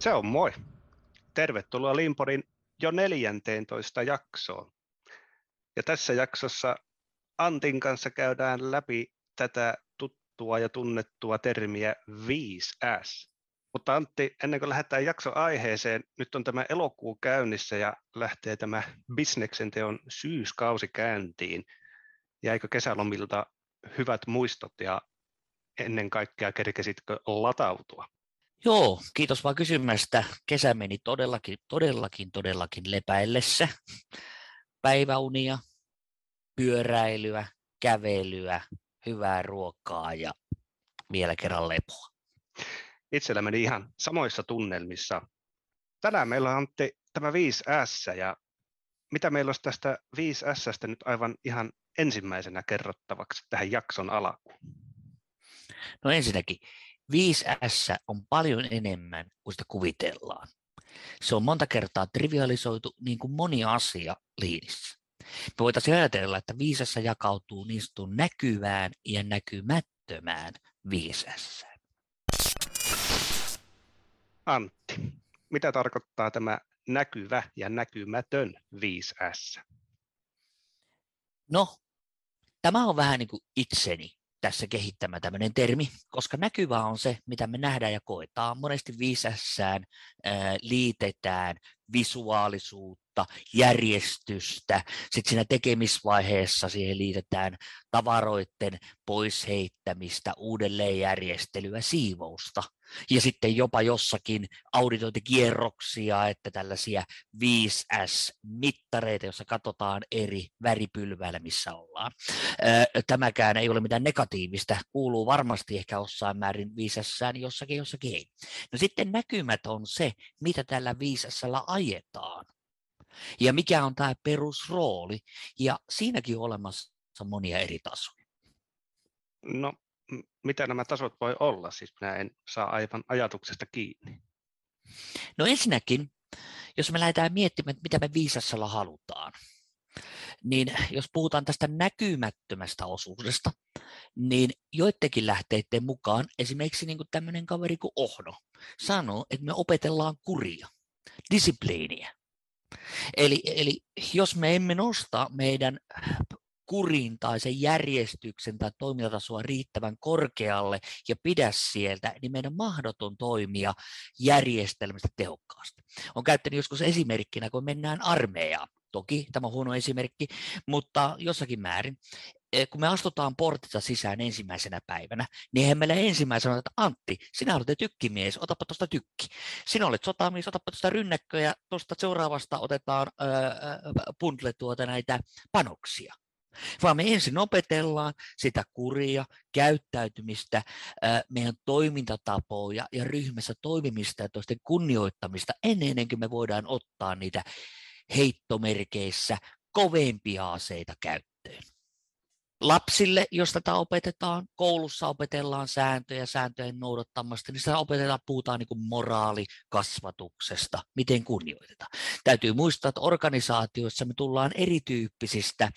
Se on moi. Tervetuloa Limporin jo 14 jaksoon. Ja tässä jaksossa Antin kanssa käydään läpi tätä tuttua ja tunnettua termiä 5S. Mutta Antti, ennen kuin lähdetään jakson aiheeseen, nyt on tämä elokuu käynnissä ja lähtee tämä bisneksen teon syyskausi käyntiin. Jäikö kesälomilta hyvät muistot ja ennen kaikkea kerkesitkö latautua? Joo, kiitos vaan kysymästä. Kesä meni todellakin lepäillessä. Päiväunia, pyöräilyä, kävelyä, hyvää ruokaa ja vielä kerran lepoa. Itsellä meni ihan samoissa tunnelmissa. Tänään meillä on, Antti, tämä 5S, ja mitä meillä olisi tästä 5S:stä nyt aivan ihan ensimmäisenä kerrottavaksi tähän jakson alkuun? No ensinnäkin, 5S on paljon enemmän kuin sitä kuvitellaan. Se on monta kertaa trivialisoitu niin kuin moni asia liinissä. Me voitaisiin ajatella, että 5S jakautuu niin sanottuun näkyvään ja näkymättömään 5S. Antti, mitä tarkoittaa tämä näkyvä ja näkymätön 5S? No, tämä on vähän niin kuin itseni tässä kehittämä tämmöinen termi, koska näkyvä on se, mitä me nähdään ja koetaan. Monesti 5S:ään liitetään visuaalisuutta, järjestystä, sitten siinä tekemisvaiheessa siihen liitetään tavaroiden poisheittämistä, uudelleenjärjestelyä, siivousta ja sitten jopa jossakin auditointikierroksia, että tällaisia 5S-mittareita, joissa katsotaan eri väripylväillä, missä ollaan. Tämäkään ei ole mitään negatiivista, kuuluu varmasti ehkä jossain määrin 5S:ään, jossakin ei. No sitten näkymät on se, mitä tällä 5S:llä ajetaan ja mikä on tämä perusrooli, ja siinäkin on olemassa monia eri tasoja. No, mitä nämä tasot voi olla? Siis minä en saa aivan ajatuksesta kiinni. No ensinnäkin, jos me lähdetään miettimään, että mitä me 5S:llä halutaan, niin jos puhutaan tästä näkymättömästä osuudesta, niin joidenkin lähteiden mukaan esimerkiksi niin kuin tämmöinen kaveri kuin Ohno sanoo, että me opetellaan kuria, disipliiniä. Eli jos me emme nosta meidän kurin tai sen järjestyksen tai toimintatasoa riittävän korkealle ja pidä sieltä, niin meidän mahdoton toimia järjestelmästä tehokkaasti. Olen käyttänyt joskus esimerkkinä, kun mennään armeijaan. Toki tämä on huono esimerkki, mutta jossakin määrin. Kun me astutaan portista sisään ensimmäisenä päivänä, niin eihän meillä ensimmäisenä sanota, että Antti, sinä olet tykkimies, otapa tuosta tykki. Sinä olet sotamies, otapa tuosta rynnäkkö ja tuosta seuraavasta otetaan bundle näitä panoksia. Vaan me ensin opetellaan sitä kuria, käyttäytymistä, meidän toimintatapoja ja ryhmässä toimimista ja toisten kunnioittamista ennen kuin me voidaan ottaa niitä heittomerkeissä kovempia aseita käyttöön. Lapsille, jos tätä opetetaan, koulussa opetellaan sääntöjen noudattamasta, niin sitä puhutaan niin kuin moraalikasvatuksesta, miten kunnioitetaan. Täytyy muistaa, että organisaatioissa me tullaan erityyppisistä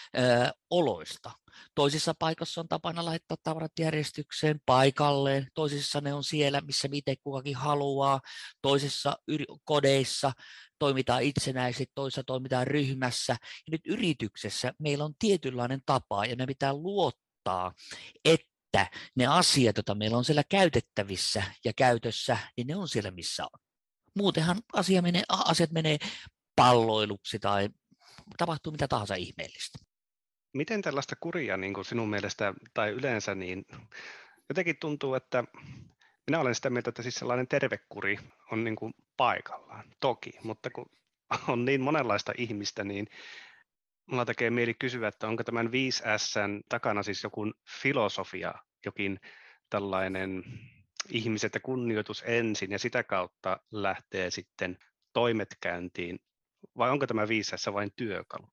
oloista. Toisissa paikoissa on tapana laittaa tavarat järjestykseen paikalleen, toisissa ne on siellä, missä itse kukakin haluaa, toisissa kodeissa toimitaan itsenäisesti, toisissa toimitaan ryhmässä. Ja nyt yrityksessä meillä on tietynlainen tapa ja me pitää luottaa, että ne asiat, joita meillä on siellä käytettävissä ja käytössä, niin ne on siellä, missä on. Muutenhan asiat menee palloiluksi tai tapahtuu mitä tahansa ihmeellistä. Miten tällaista kuria niin kuin sinun mielestä tai yleensä, niin jotenkin tuntuu, että minä olen sitä mieltä, että siis sellainen tervekuri on niin kuin paikallaan, toki, mutta kun on niin monenlaista ihmistä, niin minulla tekee mieli kysyä, että onko tämän 5S:n takana siis joku filosofia, jokin tällainen ihmiset ja kunnioitus ensin ja sitä kautta lähtee sitten toimet käyntiin, vai onko tämä 5S vain työkalu?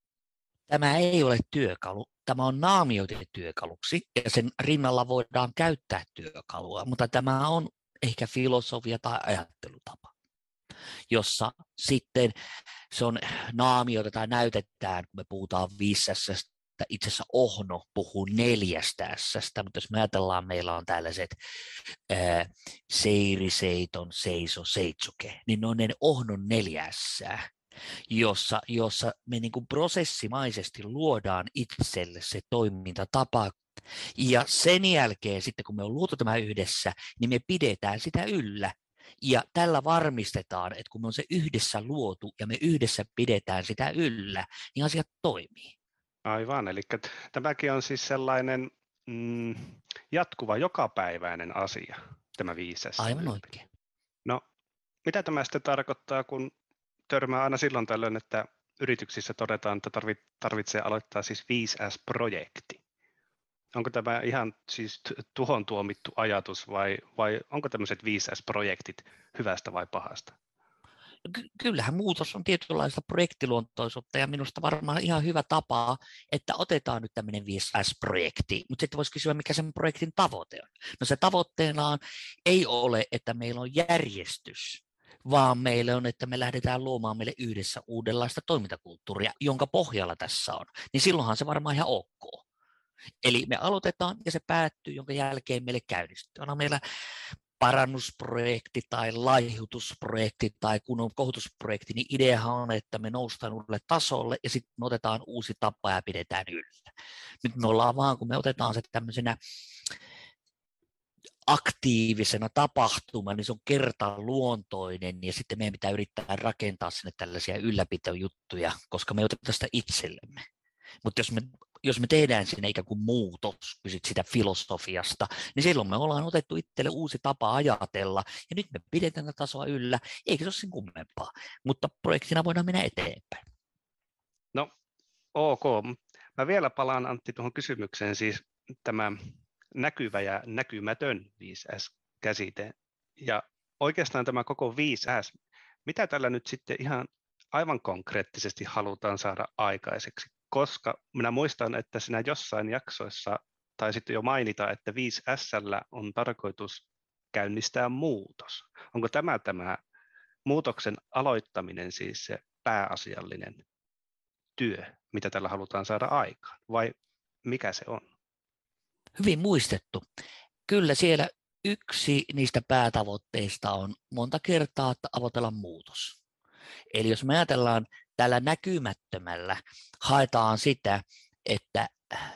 Tämä ei ole työkalu, tämä on naamioitettu työkaluksi ja sen rinnalla voidaan käyttää työkalua, mutta tämä on ehkä filosofia tai ajattelutapa, jossa sitten se on naamioita tai näytetään, kun me puhutaan 5S:stä että itse asiassa Ohno puhuu 4 S:stä, mutta jos me ajatellaan, meillä on tällaiset seiri, seiton, seiso, seitsuke, niin ne on ne Ohnon 4 S:ää, jossa me niin kuin prosessimaisesti luodaan itselle se toimintatapa. Ja sen jälkeen sitten, kun me on luotu tämä yhdessä, niin me pidetään sitä yllä. Ja tällä varmistetaan, että kun me on se yhdessä luotu ja me yhdessä pidetään sitä yllä, niin asiat toimii. Aivan, eli tämäkin on siis sellainen jatkuva, jokapäiväinen asia, tämä 5S. Aivan oikein. No, mitä tämä sitten tarkoittaa, kun törmää aina silloin tällöin, että yrityksissä todetaan, että tarvitsee aloittaa siis 5S-projekti? Onko tämä ihan siis tuhon tuomittu ajatus vai onko tämmöiset 5S-projektit hyvästä vai pahasta? Kyllähän muutos on tietynlaista projektiluontoisuutta ja minusta varmaan ihan hyvä tapa, että otetaan nyt tämmöinen 5S-projekti, mutta sitten voisi kysyä, mikä sen projektin tavoite on. No se tavoitteena ei ole, että meillä on järjestys, vaan meillä on, että me lähdetään luomaan meille yhdessä uudenlaista toimintakulttuuria, jonka pohjalla tässä on, niin silloinhan se varmaan ihan ok. Eli me aloitetaan ja se päättyy, jonka jälkeen meille käynnistyy. On meillä parannusprojekti tai laihutusprojekti tai kunnon koulutusprojekti, niin ideahan on, että me noustaan uudelle tasolle ja sitten me otetaan uusi tapa ja pidetään yllä. Nyt me ollaan vaan, kun me otetaan se tämmöisenä aktiivisena tapahtumana, niin se on kertaluontoinen ja sitten meidän pitää yrittää rakentaa sinne tällaisia ylläpitojuttuja, koska me ei oteta sitä itsellemme. Mutta jos me tehdään siinä ikään kuin muutos, kysyt sitä filosofiasta, niin silloin me ollaan otettu itselle uusi tapa ajatella, ja nyt me pidetään tätä tasoa yllä, eikä se ole sen kummempaa, mutta projektina voidaan mennä eteenpäin. No, ok. Mä vielä palaan, Antti, tuohon kysymykseen, siis tämä näkyvä ja näkymätön 5S-käsite, ja oikeastaan tämä koko 5S, mitä tällä nyt sitten ihan aivan konkreettisesti halutaan saada aikaiseksi? Koska minä muistan, että sinä jossain jaksoissa taisit jo mainita, että 5S:llä on tarkoitus käynnistää muutos. Onko tämä muutoksen aloittaminen siis se pääasiallinen työ, mitä tällä halutaan saada aikaan, vai mikä se on? Hyvin muistettu. Kyllä siellä yksi niistä päätavoitteista on monta kertaa avoitella muutos. Eli jos me ajatellaan tällä näkymättömällä, haetaan sitä, että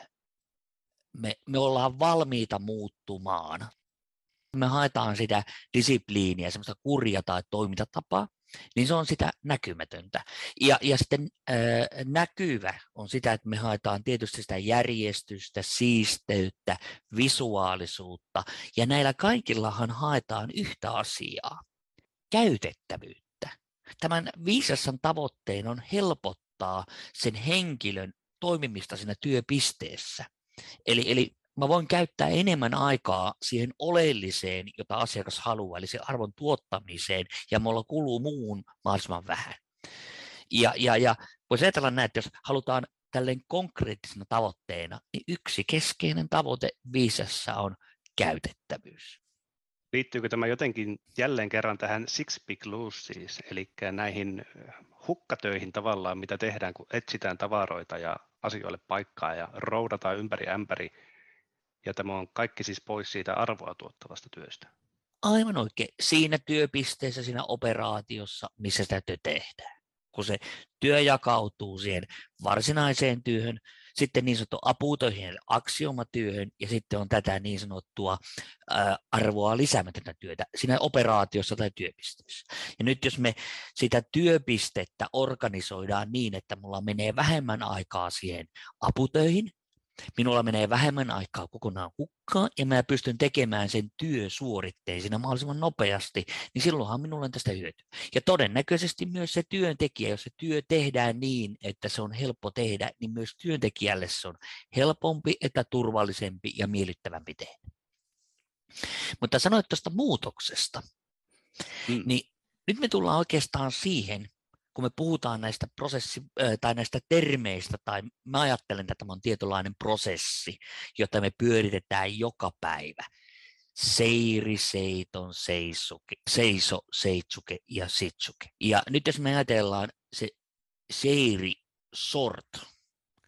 me ollaan valmiita muuttumaan. Me haetaan sitä disipliiniä, semmoista kuria tai toimintatapaa, niin se on sitä näkymätöntä. Ja sitten näkyvä on sitä, että me haetaan tietysti sitä järjestystä, siisteyttä, visuaalisuutta, ja näillä kaikillahan haetaan yhtä asiaa, käytettävyyttä. Tämän 5S:n tavoitteen on helpottaa sen henkilön toimimista siinä työpisteessä. Eli mä voin käyttää enemmän aikaa siihen oleelliseen, jota asiakas haluaa, eli sen arvon tuottamiseen, ja mulla kuluu muun mahdollisimman vähän. Ja voisi ajatella näin, että jos halutaan tälleen konkreettisena tavoitteena, niin yksi keskeinen tavoite 5S:ssä on käytettävyys. Liittyykö tämä jotenkin jälleen kerran tähän six big lose siis, eli näihin hukkatöihin tavallaan, mitä tehdään, kun etsitään tavaroita ja asioille paikkaa ja roudataan ympäri ämpäri, ja tämä on kaikki siis pois siitä arvoa tuottavasta työstä? Aivan oikein. Siinä työpisteessä, siinä operaatiossa, missä sitä työ tehdään. Kun se työ jakautuu siihen varsinaiseen työhön, sitten niin sanottu aputöihin, aksiomatyöhön, ja sitten on tätä niin sanottua arvoa lisäämätöntä työtä siinä operaatiossa tai työpisteessä. Ja nyt jos me sitä työpistettä organisoidaan niin, että mulla menee vähemmän aikaa siihen aputöihin, minulla menee vähemmän aikaa kokonaan hukkaan ja mä pystyn tekemään sen työsuoritteen siinä mahdollisimman nopeasti, niin silloinhan minulla on tästä hyötyä. Ja todennäköisesti myös se työntekijä, jos se työ tehdään niin, että se on helppo tehdä, niin myös työntekijälle se on helpompi, että turvallisempi ja miellyttävämpi tehdä. Mutta sanoit tuosta muutoksesta, niin nyt me tullaan oikeastaan siihen, kun me puhutaan näistä tai näistä termeistä, tai mä ajattelen, että tämä on tietynlainen prosessi, jota me pyöritetään joka päivä. Seiri, seiton, seiso, seitsuke ja sitsuke. Ja nyt jos me ajatellaan se seiri sort,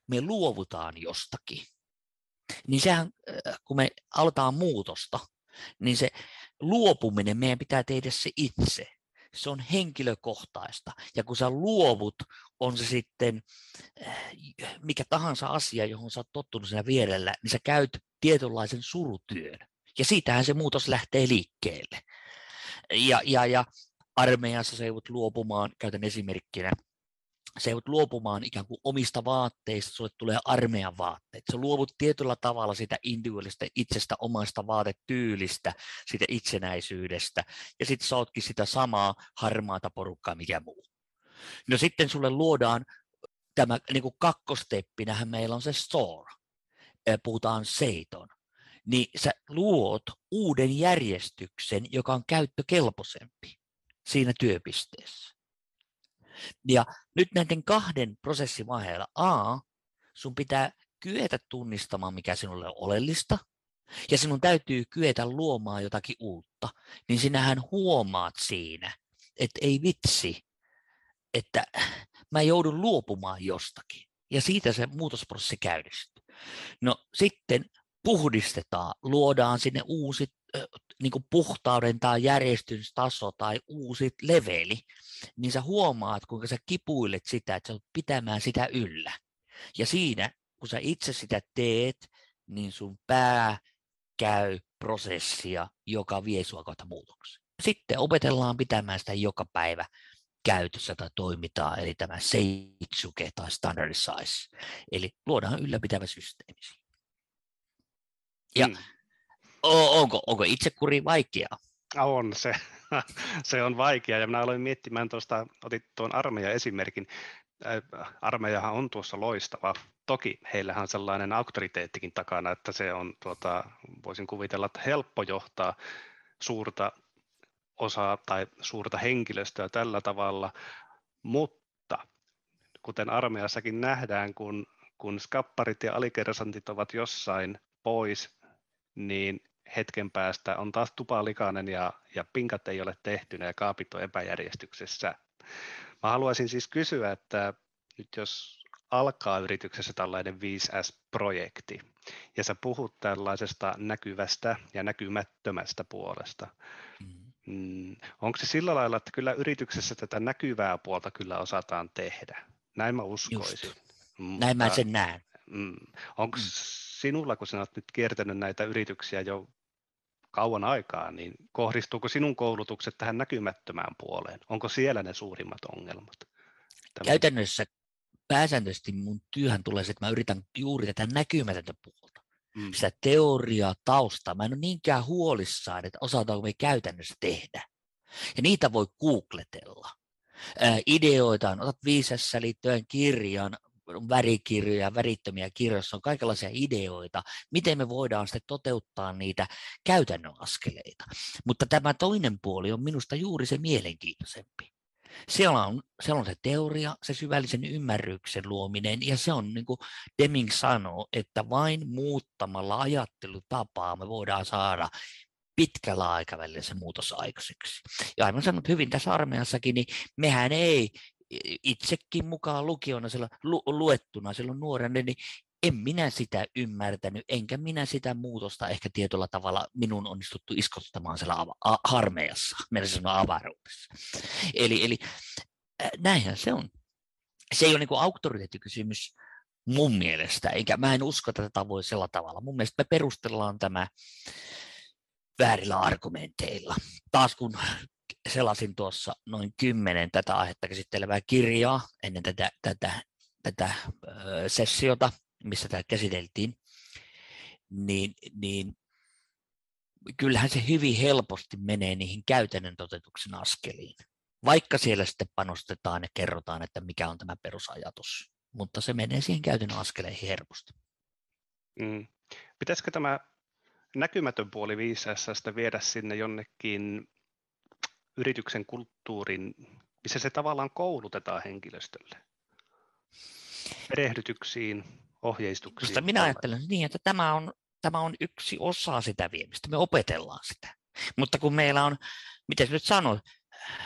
me luovutaan jostakin, niin sehän, kun me aletaan muutosta, niin se luopuminen meidän pitää tehdä se itse. Se on henkilökohtaista. Ja kun sä luovut, on se sitten mikä tahansa asia, johon sä oot tottunut siinä vierellä, niin sä käyt tietynlaisen surutyön. Ja siitähän se muutos lähtee liikkeelle. Ja armeijassa sä joudut luopumaan, käytän esimerkkinä, sä joudut luopumaan ikään kuin omista vaatteista, sulle tulee armeijan vaatteet. Sä luovut tietyllä tavalla sitä individuaalista itsestä omasta vaatetyylistä, siitä itsenäisyydestä, ja sitten sä ootkin sitä samaa harmaata porukkaa, mikä muu. No sitten sulle luodaan tämä niin kuin kakkosteppinähän meillä on se store, puhutaan seiton, niin sä luot uuden järjestyksen, joka on käyttökelpoisempi siinä työpisteessä. Ja nyt näiden kahden prosessin vaiheella sun pitää kyetä tunnistamaan, mikä sinulle on oleellista, ja sinun täytyy kyetä luomaan jotakin uutta, niin sinähän huomaat siinä, että ei vitsi, että mä joudun luopumaan jostakin. Ja siitä se muutosprosessi käynnistyy. No sitten puhdistetaan, luodaan sinne uusi niin kuin puhtauden tai järjestystaso tai uusi leveli, niin sä huomaat, kuinka sä kipuilet sitä, että sä olet pitämään sitä yllä. Ja siinä, kun sä itse sitä teet, niin sun pää käy prosessia, joka vie sua kohta muutokseen. Sitten opetellaan pitämään sitä joka päivä käytössä tai toimitaan, eli tämä Seitsuke tai Standardize, eli luodaan ylläpitävä systeemi. Ja onko itsekuri vaikeaa? On se. Se on vaikeaa, ja minä aloin miettimään tuosta, otit tuon armeijan esimerkin. Armeijahan on tuossa loistava. Toki heillähän on sellainen auktoriteettikin takana, että se on, voisin kuvitella, että helppo johtaa suurta osaa tai suurta henkilöstöä tällä tavalla, mutta kuten armeijassakin nähdään, kun skapparit ja alikersantit ovat jossain pois, niin hetken päästä on taas tupa likainen ja pinkat ei ole tehtynä ja kaapit on epäjärjestyksessä. Mä haluaisin siis kysyä, että nyt jos alkaa yrityksessä tällainen 5S-projekti ja sä puhut tällaisesta näkyvästä ja näkymättömästä puolesta, onko se sillä lailla, että kyllä yrityksessä tätä näkyvää puolta kyllä osataan tehdä? Näin mä uskoisin. Näin mä sen näen. Onko sinulla, kun sinä olet nyt kiertänyt näitä yrityksiä jo kauan aikaa, niin kohdistuuko sinun koulutukset tähän näkymättömään puoleen? Onko siellä ne suurimmat ongelmat? Käytännössä pääsääntöisesti mun työhön tulee se, että mä yritän juuri tätä näkymätöntä puolta. Sitä teoriaa, taustaa. Mä en ole niinkään huolissaan, että osataanko me käytännössä tehdä. Ja niitä voi googletella. Ideoita on, otat 5S liittyen kirjan, värikirjoja, värittömiä kirjoja, on kaikenlaisia ideoita, miten me voidaan sitten toteuttaa niitä käytännön askeleita. Mutta tämä toinen puoli on minusta juuri se mielenkiintoisempi. Siellä on se teoria, se syvällisen ymmärryksen luominen, ja se on niin kuin Deming sanoo, että vain muuttamalla ajattelutapaa me voidaan saada pitkällä aikavälillä se muutos aikaiseksi. Ja aivan sanonut hyvin tässä armeijassakin, niin mehän ei itsekin mukaan lukiona luettuna silloin nuorena, niin en minä sitä ymmärtänyt, enkä minä sitä muutosta ehkä tietyllä tavalla minun onnistuttu iskottamaan siellä armeijassa, meillä se on avaruudessa. Eli näinhän se on. Se ei ole niin kuin auktoriteettikysymys mun mielestä, eikä mä en usko, että tätä voi sillä tavalla. Mun mielestä me perustellaan tämä väärillä argumenteilla. Taas kun selasin tuossa noin 10 tätä aihetta käsittelevää kirjaa ennen tätä sessiota, missä tämä käsiteltiin, niin kyllähän se hyvin helposti menee niihin käytännön toteutuksen askeliin, vaikka siellä sitten panostetaan ja kerrotaan, että mikä on tämä perusajatus, mutta se menee siihen käytännön askeleihin helposti. Pitäisikö tämä näkymätön puoli 5S:stä viedä sinne jonnekin yrityksen kulttuurin, missä se tavallaan koulutetaan henkilöstölle? Perehdytyksiin, ohjeistuksiin. Mutta minä ajattelen niin, että tämä on yksi osa sitä viemistä. Me opetellaan sitä. Mutta kun meillä on, miten nyt sanoit,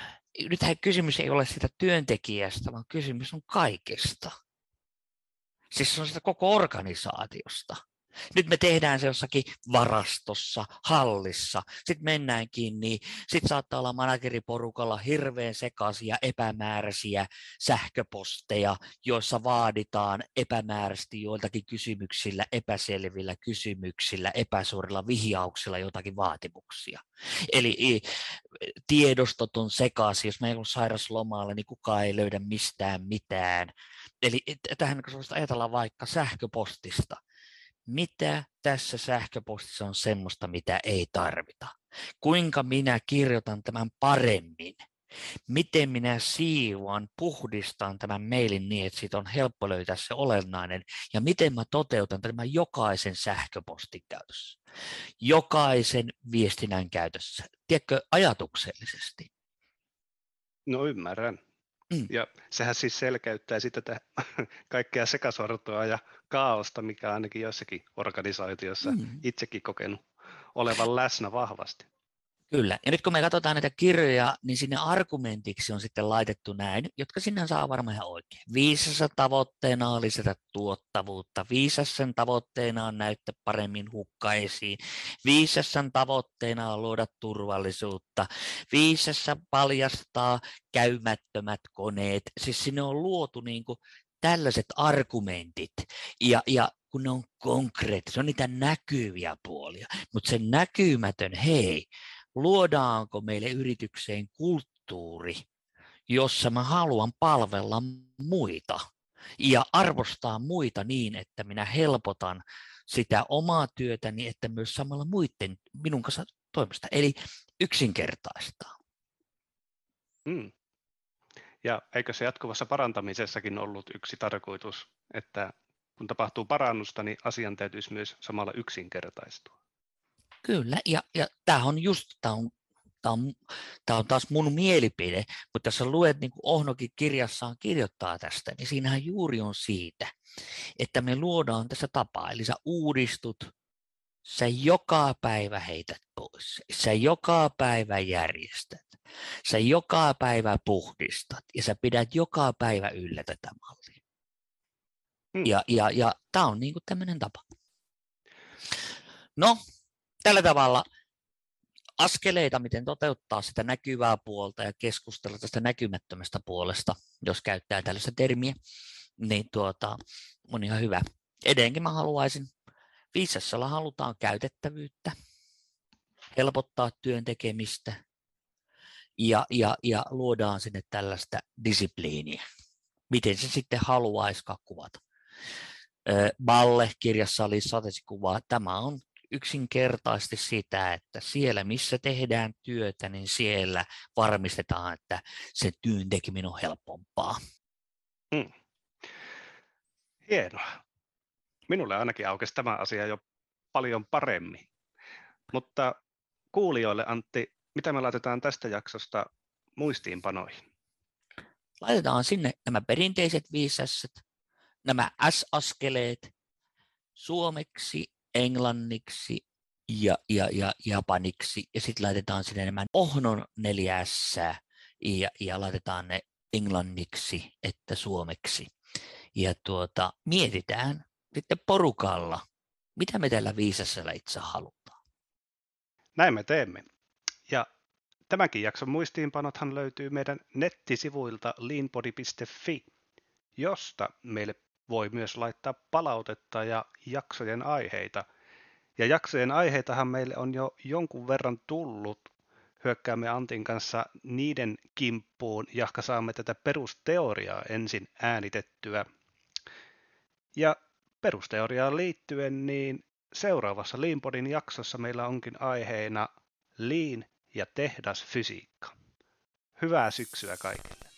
nythän kysymys ei ole sitä työntekijästä, vaan kysymys on kaikesta. Siis se on sitä koko organisaatiosta. Nyt me tehdään se jossakin varastossa, hallissa. Sitten mennäänkin, niin sitten saattaa olla manageriporukalla hirveän sekaisia epämääräisiä sähköposteja, joissa vaaditaan epämääräisesti joiltakin kysymyksillä, epäselvillä kysymyksillä, epäsuorilla vihjauksilla jotakin vaatimuksia. Eli tiedostot on sekaisin, jos mä en ole sairaslomalla, niin kukaan ei löydä mistään mitään. Eli tähän ajatellaan vaikka sähköpostista. Mitä tässä sähköpostissa on semmoista, mitä ei tarvita? Kuinka minä kirjoitan tämän paremmin? Miten minä siivoan, puhdistan tämän mailin niin, että siitä on helppo löytää se olennainen, ja miten mä toteutan tämän jokaisen sähköpostin käytössä, jokaisen viestinnän käytössä, tiedätkö, ajatuksellisesti? No ymmärrän. Ja sehän siis selkeyttää sitten tätä kaikkea sekasortoa ja kaaosta, mikä ainakin joissakin organisaatioissa itsekin kokenut olevan läsnä vahvasti. Kyllä. Ja nyt kun me katsotaan näitä kirjoja, niin sinne argumentiksi on sitten laitettu näin, jotka sinne saa varmaan ihan oikein. Viisassa tavoitteena on lisätä tuottavuutta. Viisassa tavoitteena on näyttää paremmin hukka esiin. Viisassa tavoitteena on luoda turvallisuutta. Viisassa paljastaa käymättömät koneet. Siis sinne on luotu niin kuin tällaiset argumentit. Ja kun ne on konkreettisia, on niitä näkyviä puolia. Mutta se näkymätön, hei, luodaanko meille yritykseen kulttuuri, jossa mä haluan palvella muita ja arvostaa muita niin, että minä helpotan sitä omaa työtäni, että myös samalla muiden minun kanssa toimesta, eli yksinkertaistaa. Ja eikö se jatkuvassa parantamisessakin ollut yksi tarkoitus, että kun tapahtuu parannusta, niin asian täytyisi myös samalla yksinkertaistua? Kyllä, ja tämä on taas mun mielipide, mutta jos sä luet, niin kuin Ohnokin kirjassaan kirjoittaa tästä, niin siinähän juuri on siitä, että me luodaan tässä tapaa, eli sä uudistut, sä joka päivä heität pois, sä joka päivä järjestät, sä joka päivä puhdistat, ja sä pidät joka päivä yllä tätä mallia. Ja tämä on niin kuin tämmöinen tapa. No, tällä tavalla askeleita, miten toteuttaa sitä näkyvää puolta ja keskustella tästä näkymättömästä puolesta, jos käyttää tällaista termiä, niin on ihan hyvä. Edelleenkin mä haluaisin, viisassalla halutaan käytettävyyttä, helpottaa työn tekemistä ja luodaan sinne tällaista disipliiniä. Miten se sitten haluaisikaan kuvata. Balle kirjassa oli satesikuva, tämä on yksinkertaisesti sitä, että siellä missä tehdään työtä, niin siellä varmistetaan, että se työn tekeminen on helpompaa. Hienoa. Minulle ainakin aukesi tämä asia jo paljon paremmin. Mutta kuulijoille, Antti, mitä me laitetaan tästä jaksosta muistiinpanoihin? Laitetaan sinne nämä perinteiset 5 S:t, nämä S-askeleet suomeksi, englanniksi ja japaniksi, ja sitten laitetaan sinne nämä Ohnon 4 S ja laitetaan ne englanniksi että suomeksi. Ja mietitään sitten porukalla, mitä me tällä 5 S:llä itse halutaan. Näin me teemme. Ja tämänkin jakson muistiinpanothan löytyy meidän nettisivuilta leanbody.fi, josta meille voi myös laittaa palautetta ja jaksojen aiheita. Ja jaksojen aiheitahan meille on jo jonkun verran tullut. Hyökkäämme Antin kanssa niiden kimppuun, jahka saamme tätä perusteoriaa ensin äänitettyä. Ja perusteoriaan liittyen, niin seuraavassa LeanPodin jaksossa meillä onkin aiheena Lean ja tehdasfysiikka. Hyvää syksyä kaikille!